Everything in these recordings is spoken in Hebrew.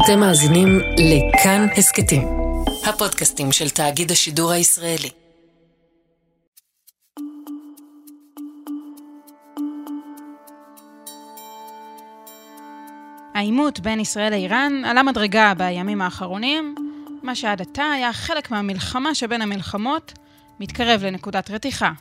אתם מאזינים לכאן הסקטים, הפודקאסטים של תאגיד השידור הישראלי. העימות בין ישראל לאיראן עלה מדרגה בימים האחרונים, מה שעד עתה היה חלק מהמלחמה שבין המלחמות, מתקרב לנקודת רתיחה.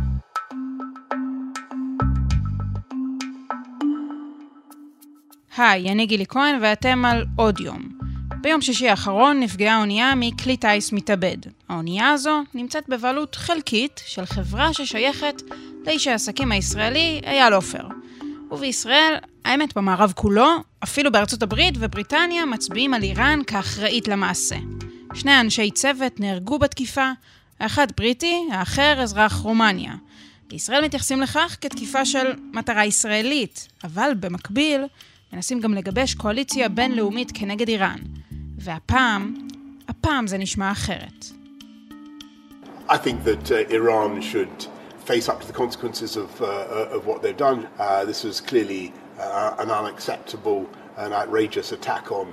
היי, אני גילי כהן ואתם על עוד יום. ביום שישי האחרון נפגעה האונייה מכלי טייס מתאבד. האונייה הזו נמצאת בבעלות חלקית של חברה ששייכת לאיש העסקים הישראלי אייל עופר. ובישראל, האמת במערב כולו, אפילו בארצות הברית ובריטניה מצביעים על איראן כאחראית למעשה. שני אנשי צוות נהרגו בתקיפה, האחד בריטי, האחר אזרח רומניה. בישראל מתייחסים לכך כתקיפה של מטרה ישראלית, אבל במקביל מנסים גם לגבש קואליציה בינלאומית כנגד איראן. והפעם זה נשמע אחרת. I think that Iran should face up to the consequences of what they've done. This was clearly an unacceptable and outrageous attack on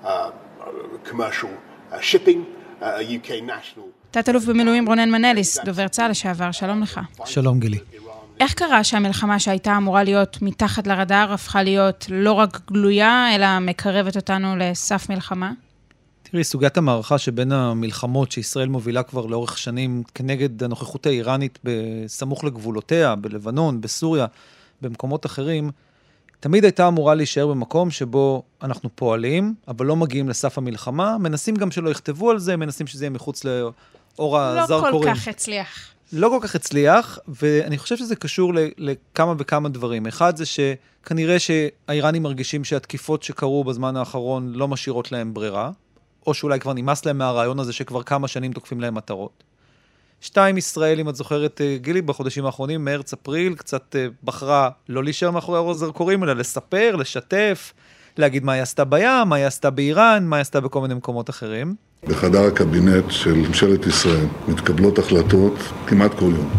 commercial shipping, a UK national. תת-אלוף במילואים רונן מנליס, דובר צה"ל לשעבר, שלום לך. שלום גילי. איך קרה שהמלחמה שהייתה אמורה להיות מתחת לרדאר הפכה להיות לא רק גלויה, אלא מקרבת אותנו לסף מלחמה? תראי, סוגיית המערכה שבין המלחמות שישראל מובילה כבר לאורך שנים כנגד הנוכחות האיראנית בסמוך לגבולותיה, בלבנון, בסוריה, במקומות אחרים, תמיד הייתה אמורה להישאר במקום שבו אנחנו פועלים, אבל לא מגיעים לסף המלחמה, מנסים גם שלא יכתבו על זה, מנסים שזה יהיה מחוץ לאור הזרקורים. לא כל כך הצליח. לא כל כך הצליח, ואני חושב שזה קשור לכמה וכמה דברים. אחד זה שכנראה שהאיראנים מרגישים שהתקיפות שקרו בזמן האחרון לא משאירות להם ברירה, או שאולי כבר נמאס להם מהרעיון הזה שכבר כמה שנים תוקפים להם מטרות. שתיים, ישראל, אם את זוכרת, גילי, בחודשים האחרונים, מרץ, אפריל, קצת בחרה לא להישאר מאחורי האור הזרקורים, אלא לספר, לשתף, להגיד מה היא עשתה בים, מה היא עשתה באיראן, מה היא עשתה בכל מיני מקומות אחרים. בחדר הקבינט של ממשלת ישראל מתקבלות החלטות כמעט כל יום,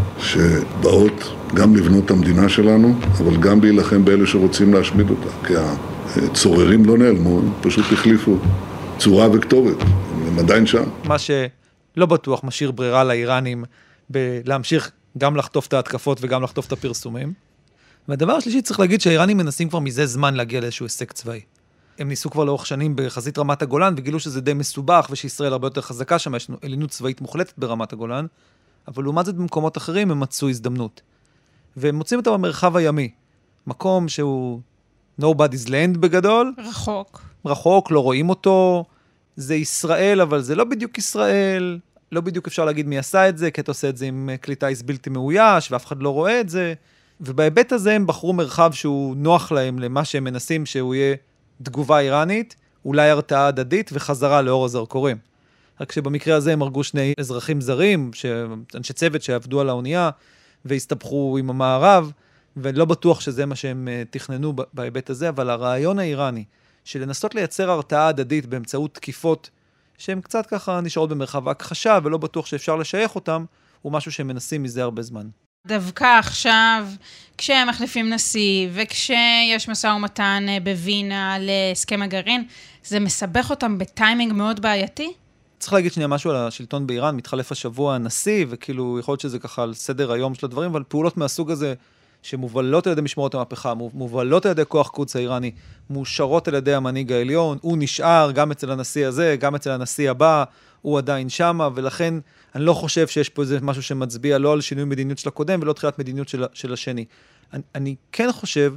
שבאות גם לבנות את המדינה שלנו, אבל גם להילחם באלה שרוצים להשמיד אותה. כי הצוררים לא נעלמו, הם פשוט החליפו צורה וכתובת, הם עדיין שם. מה שלא בטוח משאיר ברירה לאיראנים להמשיך גם לחטוף את ההתקפות וגם לחטוף את הפרסומים. והדבר השלישי צריך להגיד שהאיראנים מנסים כבר מזה זמן להגיע לאיזשהו הישג צבאי. הם ניסו כבר לאורך שנים בחזית רמת הגולן, וגילו שזה די מסובך, ושישראל הרבה יותר חזקה שם, יש עליונות צבאית מוחלטת ברמת הגולן, אבל לעומת זאת במקומות אחרים הם מצאו הזדמנות. והם מוצאים אותם במרחב הימי, מקום שהוא nobody's land בגדול. רחוק, לא רואים אותו, זה ישראל, אבל זה לא בדיוק ישראל, לא בדיוק אפשר להגיד מי עשה את זה, כי אתה עושה את זה עם כלי טייס בלתי מאויש, ואף אחד לא רואה את זה, ובהיבט הזה הם בחרו מרחב שהוא נוח להם למה שהם מנסים שהוא יהיה תגובה איראנית, אולי הרתעה הדדית וחזרה לאור הזרקורים. רק שבמקרה הזה הם הרגו שני אזרחים זרים, אנשי צוות שעבדו על האונייה, והסתבכו עם המערב, ולא בטוח שזה מה שהם תכננו בהיבט הזה, אבל הרעיון האיראני, של לנסות לייצר הרתעה הדדית באמצעות תקיפות, שהן קצת ככה נשארות במרחב הכחשה, ולא בטוח שאפשר לשייך אותם, הוא משהו שהם מנסים מזה הרבה זמן. דווקא עכשיו, כשהם מחליפים נשיא, וכשיש משא ומתן בווינה להסכם הגרעין, זה מסבך אותם בטיימינג מאוד בעייתי? צריך להגיד שנייה משהו על השלטון באיראן, מתחלף השבוע הנשיא, וכאילו יכול להיות שזה ככה על סדר היום של הדברים, אבל פעולות מהסוג הזה, שמובלות על ידי משמרות המהפכה, מובלות על ידי כוח קודס האיראני, מאושרות על ידי המנהיג העליון, הוא נשאר גם אצל הנשיא הזה, גם אצל הנשיא הבא, הוא עדיין שמה, ולכן אני לא חושב שיש פה איזה משהו שמצביע לא על שינוי מדיניות של הקודם, ולא תחילת מדיניות של השני. אני כן חושב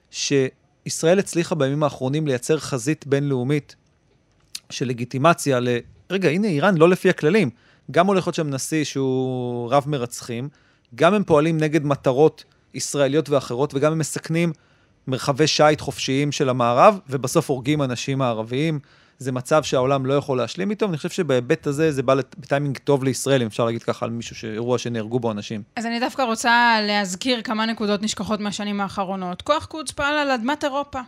שישראל הצליחה בימים האחרונים לייצר חזית בינלאומית של לגיטימציה רגע, הנה איראן לא לפי הכללים, גם הולכות שם נשיא שהוא רב מרצחים, גם הם פועלים נגד מטרות ישראליות ואחרות, וגם הם מסכנים מרחבי שייט חופשיים של המערב, ובסוף הורגים אנשים הערביים. זה מצב שהעולם לא יכול להשלים איתו, ואני חושב שבהיבט הזה זה בא בטיימינג טוב לישראל, אם אפשר להגיד ככה על מישהו אירוע שנהרגו בו אנשים. אז אני דווקא רוצה להזכיר כמה נקודות נשכחות מהשנים האחרונות. כוח קודס פעל על אדמת אירופה.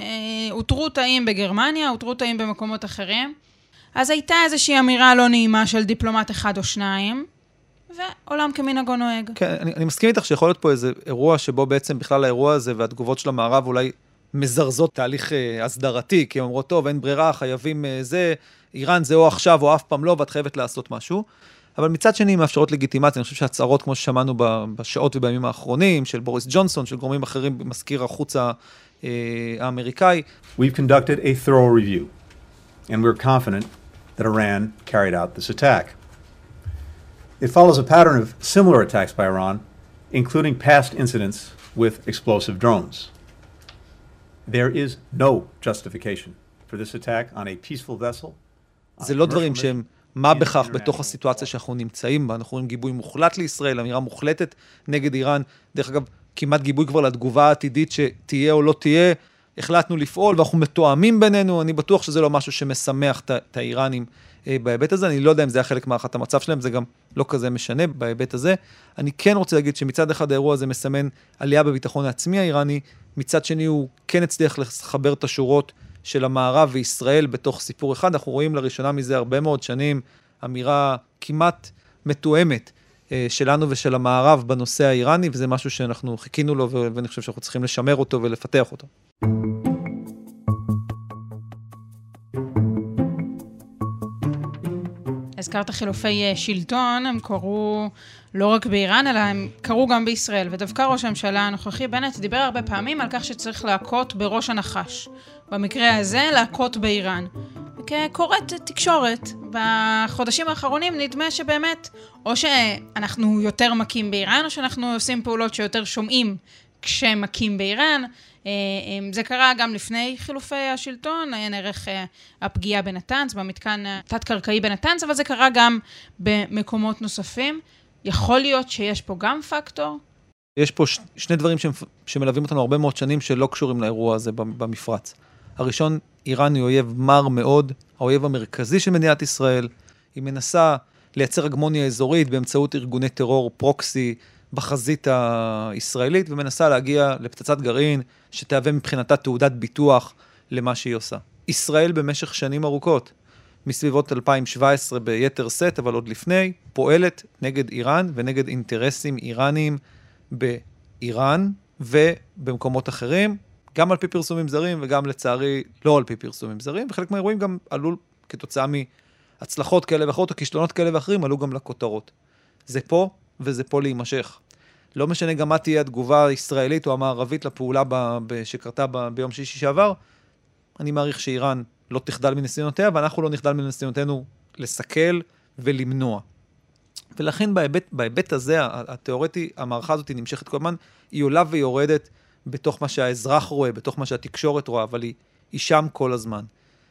הותרו תאים בגרמניה, הותרו תאים במקומות אחרים. אז הייתה איזושהי אמירה לא נעימה של דיפלומט אחד או שניים, ועולם כמנהגו נוהג. כן, אני מסכים איתך שיכול להיות פה איזה אירוע שבו בעצם בכלל האירוע הזה והתגובות של המערב אולי מזרזות תהליך הסדרתי, כי הן אומרות, טוב, אין ברירה, חייבים זה, איראן זה או עכשיו או אף פעם לא, ואת חייבת לעשות משהו. אבל מצד שני, מאפשרות לגיטימציה, אני חושב שהצהרות, כמו ששמענו בשעות ובימים האחרונים, של בוריס ג'ונסון, של גורמים אחרים, מזכיר החוץ האמריקאי. We've conducted a thorough review, and we're confident that Iran carried out this attack. It follows a pattern of similar attacks by Iran, including past incidents with explosive drones. There is no justification for this attack on a peaceful vessel. זה לא דברים שהם מה בכך בתוך הסיטואציה שאנחנו נמצאים בה. אנחנו רואים גיבוי מוחלט לישראל, אמירה מוחלטת נגד איראן. דרך אגב, כמעט גיבוי כבר לתגובה העתידית שתהיה או לא תהיה. החלטנו לפעול ואנחנו מתואמים בינינו. אני בטוח שזה לא משהו שמשמח את האיראנים בהיבט הזה. אני לא יודע אם זה היה חלק מהערכת המצב שלהם, זה גם לא כזה משנה בהיבט הזה. אני כן רוצה להגיד שמצד אחד האירוע הזה מסמן עלייה בביטחון העצמי האיראני, מצד שני הוא כן הצליח לחבר את השורות של המערב וישראל בתוך סיפור אחד. אנחנו רואים לראשונה מזה הרבה מאוד שנים אמירה כמעט מתואמת שלנו ושל המערב בנושא האיראני, וזה משהו שאנחנו חיכינו לו, ואני חושב שאנחנו צריכים לשמר אותו ולפתח אותו. הזכרת חילופי שלטון, הם קרו לא רק באיראן, אלא הם קרו גם בישראל, ודווקא ראש הממשלה הנוכחי בנט דיבר הרבה פעמים על כך שצריך להכות בראש הנחש. במקרה הזה, להכות באיראן. כקוראת תקשורת, בחודשים האחרונים נדמה שבאמת, או שאנחנו יותר מכים באיראן, או שאנחנו עושים פעולות שיותר שומעים כשמכים באיראן. זה קרה גם לפני חילופי השלטון, היה נערך הפגיעה בנתנז, במתקן תת-קרקעי בנתנז, אבל זה קרה גם במקומות נוספים. יכול להיות שיש פה גם פקטור? יש פה שני דברים שמלווים אותנו הרבה מאוד שנים שלא קשורים לאירוע הזה במפרץ. הראשון, איראן היא אויב מר מאוד, האויב המרכזי של מדינת ישראל. היא מנסה לייצר הגמוניה אזורית באמצעות ארגוני טרור פרוקסי בחזית הישראלית, ומנסה להגיע לפצצת גרעין שתהווה מבחינתה תעודת ביטוח למה שהיא עושה. ישראל במשך שנים ארוכות, מסביבות 2017 ביתר סט, אבל עוד לפני, פועלת נגד איראן ונגד אינטרסים איראניים באיראן ובמקומות אחרים, גם על פי פרסומים זרים וגם לצערי לא על פי פרסומים זרים, וחלק מהאירועים גם עלו כתוצאה מהצלחות כאלה ואחרות או כישלונות כאלה ואחרים, עלו גם לכותרות. זה פה וזה פה להימשך. לא משנה גם מה תהיה התגובה הישראלית או המערבית לפעולה שקרתה ביום שישי שעבר, אני מעריך שאיראן לא תחדל מניסיונותיה, ואנחנו לא נחדל מניסיונותינו לסכל ולמנוע. ולכן בהיבט הזה, התיאורטי, המערכה הזאת נמשכת כל הזמן, היא עולה ויורדת בתוך מה שהאזרח רואה, בתוך מה שהתקשורת רואה, אבל היא שם כל הזמן.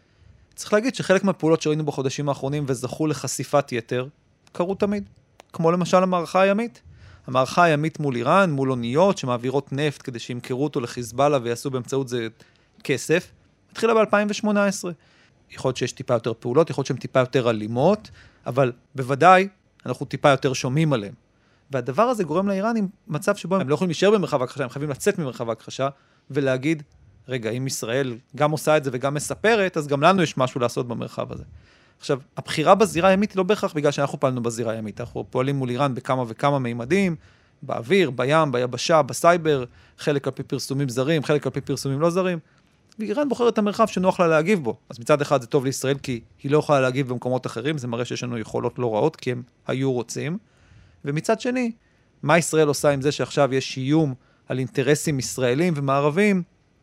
צריך להגיד שחלק מהפעולות שראינו בחודשים האחרונים וזכו לחשיפת יתר, קרו תמיד. כמו למשל המערכה הימית. המערכה הימית מול איראן, מול אוניות שמעבירות נפט כדי שימכרו אותו לחיזבאללה ויעשו באמצעות זה כסף, התחילה ב-2018. יכול להיות שיש טיפה יותר פעולות, יכול להיות שהן טיפה יותר אלימות, אבל בוודאי אנחנו טיפה יותר שומעים עליהם. והדבר הזה גורם לאיראנים מצב שבו הם לא יכולים להישאר במרחב הכחשה, הם חייבים לצאת ממרחב הכחשה ולהגיד, רגע, אם ישראל גם עושה את זה וגם מספרת, אז גם לנו יש משהו לעשות במרחב הזה. עכשיו, הבחירה בזירה הימית היא לא בהכרח בגלל שאנחנו פעלנו בזירה הימית, אנחנו פועלים מול איראן בכמה וכמה מימדים, באוויר, בים, ביבשה, בסייבר, חלק על פי פרסומים זרים, חלק על פי פרסומים לא זרים, ואיראן בוחרת את המרחב שנוח לה להגיב בו. אז מצד אחד זה טוב לישראל כי היא לא יכולה להגיב במקומות אחרים, זה מראה שיש לנו יכולות לא רעות כי הם היו רוצים. ומצד שני, מה ישראל עושה עם זה שעכשיו יש איום על אינטרסים ישראלים ומערבים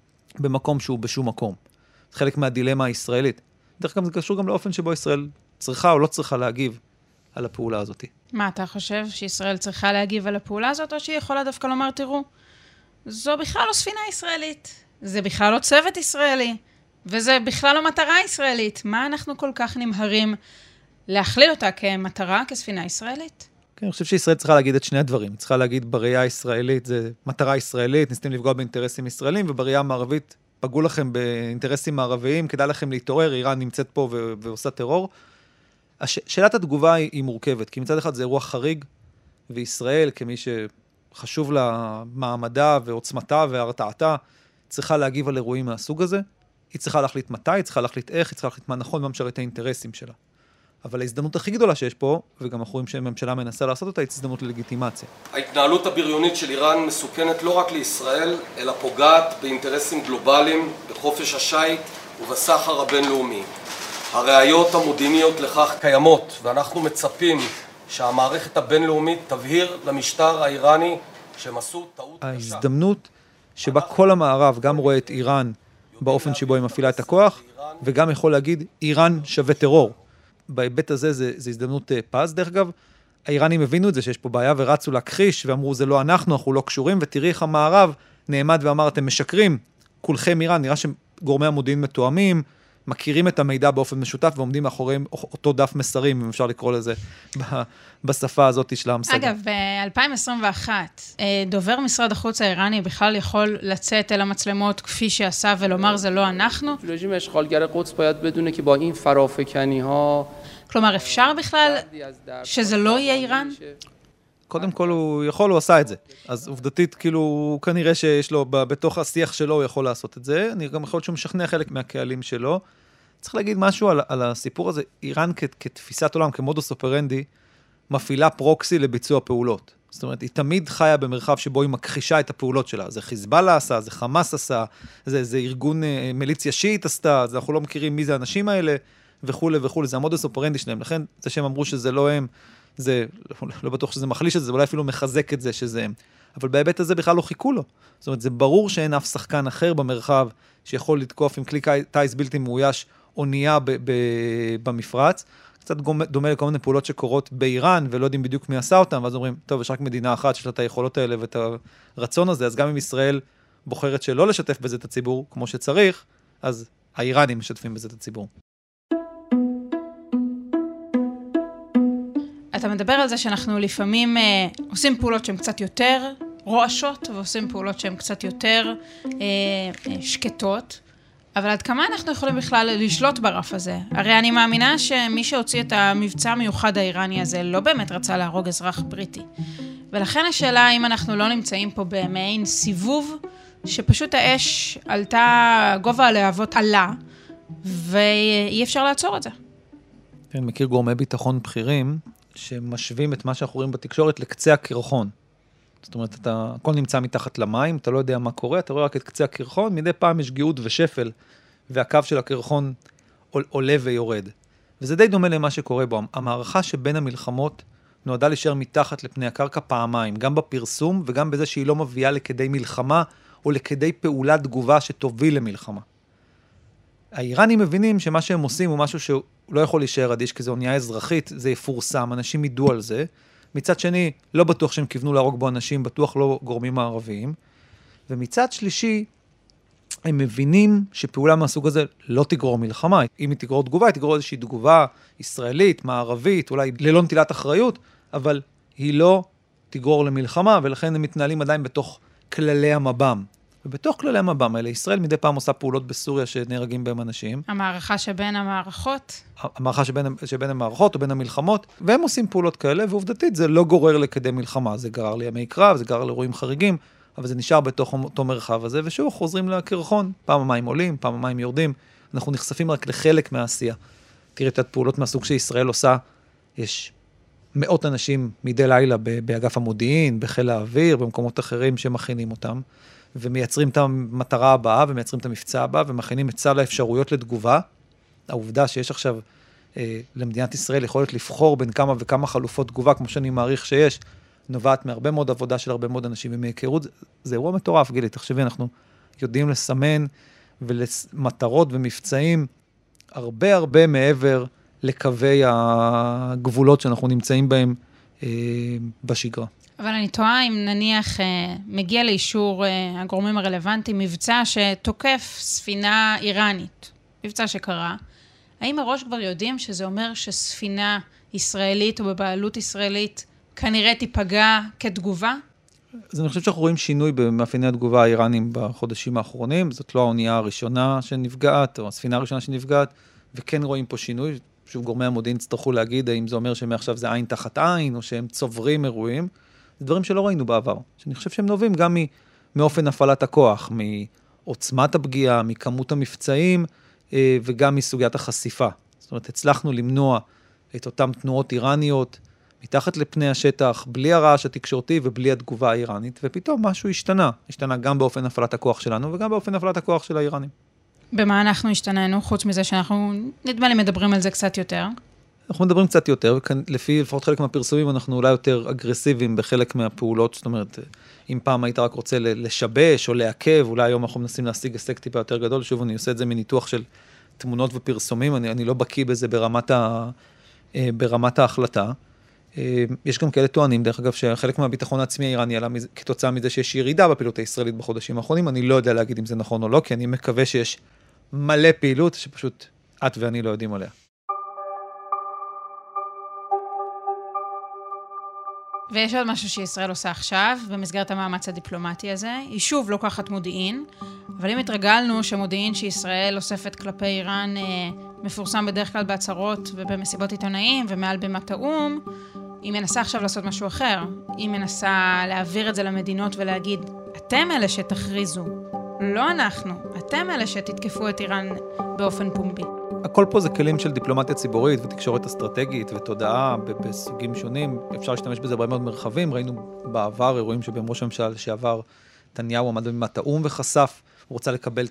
במקום שהוא בשום מקום? זה חלק מהדילמה הישראלית. דרך כלל זה קשור גם לאופן שבו ישראל צריכה או לא צריכה להגיב על הפעולה הזאת. מה, אתה חושב שישראל צריכה להגיב על הפעולה הזאת, או שהיא יכולה דווקא לומר, תראו, זו בכלל לא ספינה ישראלית, זה בכלל לא צוות ישראלי, וזה בכלל לא מטרה ישראלית. מה אנחנו כל כך נמהרים להכליל אותה כמטרה, כספינה ישראלית? כן, אני חושב שישראל צריכה להגיד את שני הדברים. היא צריכה להגיד בראייה הישראלית, זה מטרה ישראלית, ניסיתם לפגוע באינטרסים ישראלים, ובראייה המערבית, פגעו לכם באינטרסים מערביים, כדאי לכם להתעורר, איראן נמצאת פה ועושה טרור. שאלת התגובה היא מורכבת, כי מצד אחד זה אירוע חריג, וישראל, כמי שחשוב לה מעמדה ועוצמתה והרתעתה, צריכה להגיב על אירועים מהסוג הזה. היא צריכה להחליט מתי, היא צריכה להחליט איך, היא צריכה להחליט מה נכון, מה משרת האינטרסים שלה. אבל ההזדמנות הכי גדולה שיש פה, וגם אנחנו רואים שהממשלה מנסה לעשות אותה, היא הזדמנות ללגיטימציה. ההתנהלות הבריונית של איראן מסוכנת לא רק לישראל, אלא פוגעת באינטרסים גלובליים, בחופש השייט ובסחר הבינלאומי. הראיות המודיעיניות לכך קיימות, ואנחנו מצפים שהמערכת הבינלאומית תבהיר למשטר האיראני שהם עשו טעות קשה. ההזדמנות שבה כל המערב גם רואה את איראן באופן שבו היא מפעילה את הכוח, וגם יכול להגיד, איראן שווה טרור. בהיבט הזה זה הזדמנות פז, דרך אגב. האיראנים הבינו את זה שיש פה בעיה ורצו להכחיש, ואמרו, זה לא אנחנו לא קשורים, ותראי איך המערב נעמד ואמר, אתם משקרים, כולכם איראן, נראה שגורמי המודיעין מתואמים, מכירים את המידע באופן משותף, ועומדים מאחוריהם אותו דף מסרים, אם אפשר לקרוא לזה, בשפה הזאת של ההמשגה. אגב, ב-2021, דובר משרד החוץ האיראני בכלל יכול לצאת אל המצלמות כפי שעשה ולומר, זה לא אנחנו? רژیم اشغالگر قدس باید بدونه که با این فرافکنی‌ها כלומר, אפשר בכלל שזה לא יהיה איראן? קודם כל הוא עשה את זה. אז עובדתית, כאילו, כנראה שיש לו, בתוך השיח שלו הוא יכול לעשות את זה. אני גם יכול להיות שהוא משכנע חלק מהקהלים שלו. צריך להגיד משהו על הסיפור הזה. איראן כתפיסת עולם, כמודוס אופרנדי, מפעילה פרוקסי לביצוע פעולות. זאת אומרת, היא תמיד חיה במרחב שבו היא מכחישה את הפעולות שלה. זה חיזבאללה עשה, זה חמאס עשה, זה ארגון מיליציה שיעית עשתה, אז אנחנו לא מכירים מי זה האנשים האלה, וכו' וכו'. זה המודוס אופרנדי שלהם. לכן, זה שהם אמרו שזה לא הם, זה, לא בטוח שזה מחליש את זה, אולי אפילו מחזק את זה שזה הם. אבל בהיבט הזה בכלל לא חיכו לו. זאת אומרת, זה ברור שאין אף שחקן אחר במרחב שיכול לתקוף עם כלי טייס בלתי מאויש אונייה במפרץ. קצת דומה לכל מיני פעולות שקורות באיראן, ולא יודעים בדיוק מי עשה אותם, ואז אומרים, טוב, יש רק מדינה אחת שיש לה את היכולות האלה ואת הרצון הזה, אז גם אם ישראל בוחרת שלא לשתף בזה את הציבור כמו שצריך, אז האיראנים משתפים בזה את הציבור. אתה מדבר על זה שאנחנו לפעמים עושים פעולות שהן קצת יותר רועשות, ועושים פעולות שהן קצת יותר שקטות, אבל עד כמה אנחנו יכולים בכלל לשלוט ברף הזה? הרי אני מאמינה שמי שהוציא את המבצע המיוחד האיראני הזה לא באמת רצה להרוג אזרח בריטי. ולכן השאלה האם אנחנו לא נמצאים פה במעין סיבוב, שפשוט האש עלתה, גובה הלהבות עלה, ואי אפשר לעצור את זה. אני מכיר גורמי ביטחון בכירים, שמשווים את מה שאנחנו רואים בתקשורת לקצה הקרחון. זאת אומרת, הכל נמצא מתחת למים, אתה לא יודע מה קורה, אתה רואה רק את קצה הקרחון, מדי פעם יש גאות ושפל, והקו של הקרחון עולה ויורד. וזה די דומה למה שקורה בו. המערכה שבין המלחמות נועדה להישאר מתחת לפני הקרקע פעמיים, גם בפרסום וגם בזה שהיא לא מביאה לכדי מלחמה, או לכדי פעולת תגובה שתוביל למלחמה. האיראנים מבינים שמה שהם עושים הוא משהו שהוא לא יכול להישאר אדיש, כי זו אונייה אזרחית, זה יפורסם, אנשים ידעו על זה. מצד שני, לא בטוח שהם כיוונו להרוג בו אנשים, בטוח לא גורמים הערביים. ומצד שלישי, הם מבינים שפעולה מהסוג הזה לא תגרור מלחמה. אם היא תגרור תגובה, היא תגרור איזושהי תגובה ישראלית, מערבית, אולי ללא נטילת אחריות, אבל היא לא תגרור למלחמה, ולכן הם מתנהלים עדיין בתוך כללי המב"ם. ובתוך כללי המב"ם האלה, ישראל מדי פעם עושה פעולות בסוריה שנהרגים בהם אנשים. המערכה שבין המערכות? המערכה שבין המערכות או בין המלחמות, והם עושים פעולות כאלה, ועובדתית זה לא גורר לקדם מלחמה. זה גרר לימי קרב, זה גרר לאירועים חריגים, אבל זה נשאר בתוך אותו מרחב הזה, ושוב חוזרים לקרחון, פעם המים עולים, פעם המים יורדים, אנחנו נחשפים רק לחלק מהעשייה. תראי את הפעולות מהסוג שישראל עושה, יש מאות אנשים מדי לילה באגף המודיעין, בחיל האוויר, במקומות אחרים שמכינים אותם, ומייצרים את המטרה הבאה, ומייצרים את המבצע הבא, ומכינים את סל האפשרויות לתגובה. העובדה שיש עכשיו למדינת ישראל יכולת לבחור בין כמה וכמה חלופות תגובה, כמו שאני מעריך שיש, נובעת מהרבה מאוד עבודה של הרבה מאוד אנשים, ומהיכרות, זה אירוע מטורף, גילי, תחשבי, אנחנו יודעים לסמן ולמטרות ומבצעים הרבה הרבה מעבר לקווי הגבולות שאנחנו נמצאים בהם בשגרה. אבל אני תוהה אם נניח מגיע לאישור הגורמים הרלוונטיים, מבצע שתוקף ספינה איראנית, מבצע שקרה, האם מראש כבר יודעים שזה אומר שספינה ישראלית או בבעלות ישראלית כנראה תיפגע כתגובה? אז אני חושב שאנחנו רואים שינוי במאפייני התגובה האיראנים בחודשים האחרונים, זאת לא האונייה הראשונה שנפגעת, או הספינה הראשונה שנפגעת, וכן רואים פה שינוי, שוב גורמי המודיעין יצטרכו להגיד, האם זה אומר שמעכשיו זה עין תחת עין, או שהם צוברים אירועים, זה דברים שלא ראינו בעבר, שאני חושב שהם נובעים גם מאופן הפעלת הכוח, מעוצמת הפגיעה, מכמות המבצעים, וגם מסוגיית החשיפה. זאת אומרת, הצלחנו למנוע את אותם תנועות איראניות, מתחת לפני השטח, בלי הרעש התקשורתי ובלי התגובה האיראנית, ופתאום משהו השתנה. השתנה גם באופן הפעלת הכוח שלנו וגם באופן הפעלת הכוח של האיראנים. במה אנחנו השתננו, חוץ מזה שאנחנו, נדמה לי, מדברים על זה קצת יותר? אנחנו מדברים קצת יותר, לפי לפחות חלק מהפרסומים, אנחנו אולי יותר אגרסיביים בחלק מהפעולות, זאת אומרת, אם פעם היית רק רוצה לשבש או לעכב, אולי היום אנחנו מנסים להשיג הישג טיפה יותר גדול, שוב, אני עושה את זה מניתוח של תמונות ופרסומים, אני לא בקיא בזה ברמת ההחלטה. יש גם כאלה טוענים, דרך אגב, שחלק מהביטחון העצמי האיראני עלה כתוצאה מזה שיש ירידה בפעילות הישראלית בחודשים האחרונים, אני לא יודע להגיד אם זה נכון או לא, כי אני מקווה שיש מלא פעילות שפשוט את ואני לא יודעים עליה. ויש עוד משהו שישראל עושה עכשיו, במסגרת המאמץ הדיפלומטי הזה, היא שוב לוקחת מודיעין, אבל אם התרגלנו שמודיעין שישראל אוספת כלפי איראן מפורסם בדרך כלל בהצהרות ובמסיבות עיתונאים ומעל בימת האו"ם, היא מנסה עכשיו לעשות משהו אחר. היא מנסה להעביר את זה למדינות ולהגיד, אתם אלה שתכריזו, לא אנחנו, אתם אלה שתתקפו את איראן באופן פומבי. הכל פה זה כלים של דיפלומטיה ציבורית ותקשורת אסטרטגית ותודעה בסוגים שונים. אפשר להשתמש בזה בהרבה מאוד מרחבים. ראינו בעבר אירועים שבהם ראש הממשלה לשעבר נתניהו עמד בבימת האו"ם וחשף. הוא רוצה לקבל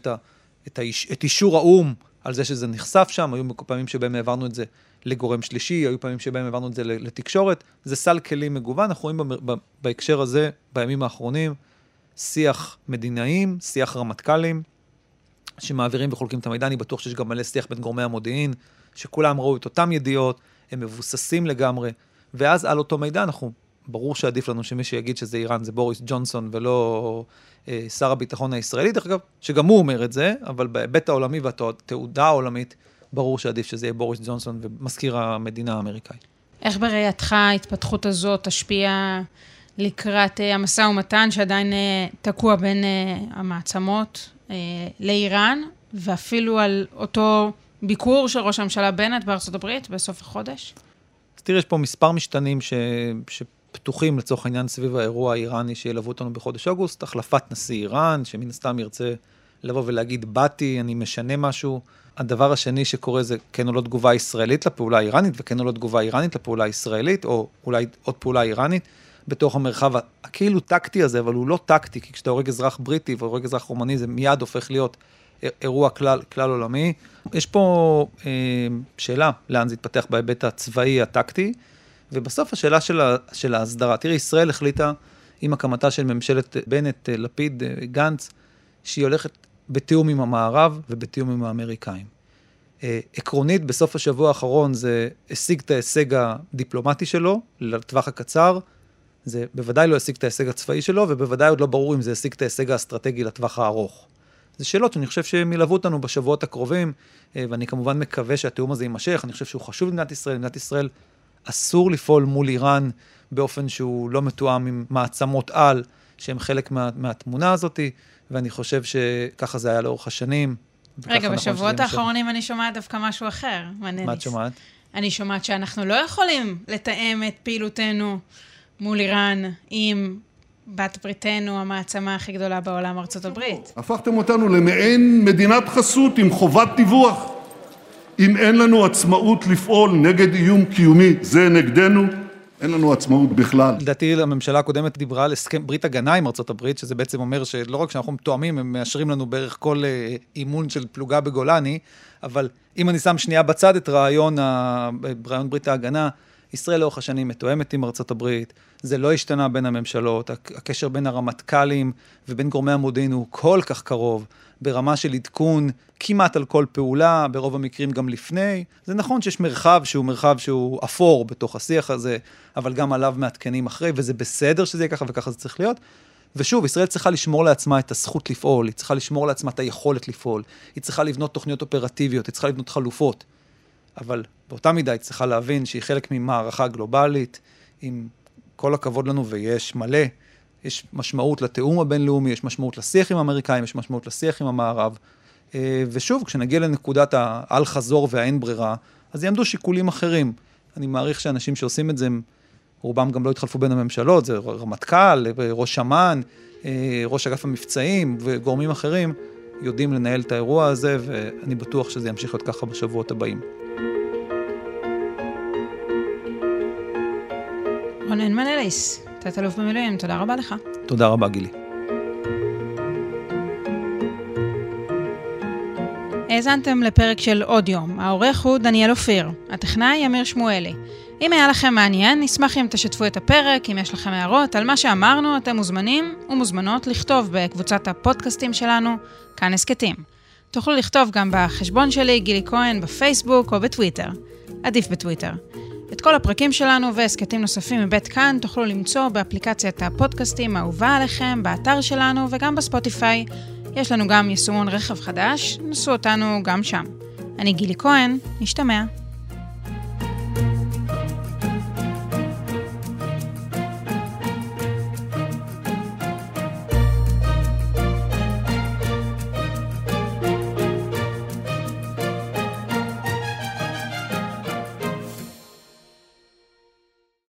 את אישור האו"ם על זה שזה נחשף שם. היו פעמים שבהם העברנו את זה לגורם שלישי, היו פעמים שבהם העברנו את זה לתקשורת. זה סל כלים מגוון. אנחנו רואים בהקשר הזה, בימים האחרונים, שיח מדינאים, שיח רמטכ"לים, שמעבירים וחולקים את המידע. אני בטוח שיש גם מלא שיח בין גורמי המודיעין, שכולם ראו את אותם ידיעות, הם מבוססים לגמרי, ואז על אותו מידע ברור שעדיף לנו שמי שיגיד שזה איראן זה בוריס ג'ונסון ולא שר הביטחון הישראלי, דרך אגב, שגם הוא אומר את זה, אבל בהיבט העולמי והתעודה העולמית, ברור שעדיף שזה יהיה בוריס ג'ונסון ומזכיר המדינה האמריקאית. איך בראייתך ההתפתחות הזאת תשפיע לקראת המשא ומתן שעדיין תקוע בין המעצמות לאיראן, ואפילו על אותו ביקור של ראש הממשלה בנט בארצות הברית בסוף החודש? אז תראה, יש פה מספר משתנים שפתוחים לצורך העניין סביב האירוע האיראני שילוו אותנו בחודש אוגוסט, החלפת נשיא איראן, שמן הסתם ירצה לבוא ולהגיד, באתי, אני משנה משהו. הדבר השני שקורה זה כן או לא תגובה ישראלית לפעולה האיראנית, וכן או לא תגובה איראנית לפעולה הישראלית, או אולי עוד פעולה איראנית, בתוך המרחב הכאילו טקטי הזה, אבל הוא לא טקטי, כי כשאתה הורג אזרח בריטי והורג אזרח רומני, זה מיד הופך להיות אירוע כלל עולמי. יש פה שאלה לאן זה יתפתח בהיבט הצבאי הטקטי, ובסוף השאלה של ההסדרה. תראי, ישראל החליטה עם הקמתה של ממשלת בנט, לפיד, גנץ, שהיא הולכת בתיאום עם המערב ובתיאום עם האמריקאים. עקרונית, בסוף השבוע האחרון זה השיג את ההישג הדיפלומטי שלו, לטווח הקצר, זה בוודאי לא השיג את ההישג הצבאי שלו, ובוודאי עוד לא ברור אם זה השיג את ההישג האסטרטגי לטווח הארוך. זה שאלות שאני חושב שהם ילוו אותנו בשבועות הקרובים, ואני כמובן מקווה שהתיאום הזה יימשך. אני חושב שהוא חשוב למדינת ישראל. למדינת ישראל אסור לפעול מול איראן באופן שהוא לא מתואם עם מעצמות על, שהם חלק מהתמונה הזאת, ואני חושב שככה זה היה לאורך השנים. רגע, בשבועות האחרונים אני שומעת דווקא משהו אחר. מה את שומעת? אני שומעת שאנחנו לא יכולים לתאם את פעילותנו מול איראן עם בת בריתנו, המעצמה הכי גדולה בעולם, ארצות הברית. הפכתם אותנו למעין מדינת חסות עם חובת דיווח. אם אין לנו עצמאות לפעול נגד איום קיומי, זה נגדנו, אין לנו עצמאות בכלל. לדעתי, הממשלה הקודמת דיברה על הסכם ברית הגנה עם ארצות הברית, שזה בעצם אומר שלא רק שאנחנו מתואמים, הם מאשרים לנו בערך כל אימון של פלוגה בגולני, אבל אם אני שם שנייה בצד את רעיון ברית ההגנה, ישראל לאורך השנים מתואמת עם ארצות הברית, זה לא השתנה בין הממשלות, הקשר בין הרמטכ"לים ובין גורמי המודיעין הוא כל כך קרוב, ברמה של עדכון כמעט על כל פעולה, ברוב המקרים גם לפני. זה נכון שיש מרחב שהוא אפור בתוך השיח הזה, אבל גם עליו מעדכנים אחרי, וזה בסדר שזה יהיה ככה וככה זה צריך להיות. ושוב, ישראל צריכה לשמור לעצמה את הזכות לפעול, היא צריכה לשמור לעצמה את היכולת לפעול, היא צריכה לבנות תוכניות אופרטיביות, היא צריכה לבנות חלופות. אבל באותה מידה היא צריכה להבין שהיא חלק ממערכה גלובלית, עם כל הכבוד לנו, ויש מלא, יש משמעות לתיאום הבינלאומי, יש משמעות לשיח עם האמריקאים, יש משמעות לשיח עם המערב, ושוב, כשנגיע לנקודת העל חזור והאין ברירה, אז יעמדו שיקולים אחרים. אני מעריך שאנשים שעושים את זה, רובם גם לא התחלפו בין הממשלות, זה רמטכ"ל, ראש אמ"ן, ראש אגף המבצעים וגורמים אחרים, יודעים לנהל את האירוע הזה, ואני בטוח שזה ימשיך להיות ככה בשבועות הבאים. רונן מנליס, תת-אלוף במילואים, תודה רבה לך. תודה רבה, גילי. האזנתם לפרק של עוד יום. העורך הוא דניאל אופיר, הטכנאי אמיר שמואלי. אם היה לכם מעניין, נשמח אם תשתפו את הפרק, אם יש לכם הערות על מה שאמרנו, אתם מוזמנים ומוזמנות לכתוב בקבוצת הפודקאסטים שלנו, כאן הסקטים. תוכלו לכתוב גם בחשבון שלי, גילי כהן, בפייסבוק או בטוויטר. עדיף בטוויטר. את כל הפרקים שלנו והסקטים נוספים מבית כאן תוכלו למצוא באפליקציית הפודקאסטים האהובה עליכם, באתר שלנו וגם בספוטיפיי. יש לנו גם יישומון רכב חדש, נסו אותנו גם שם. אני גילי כהן, נשתמע.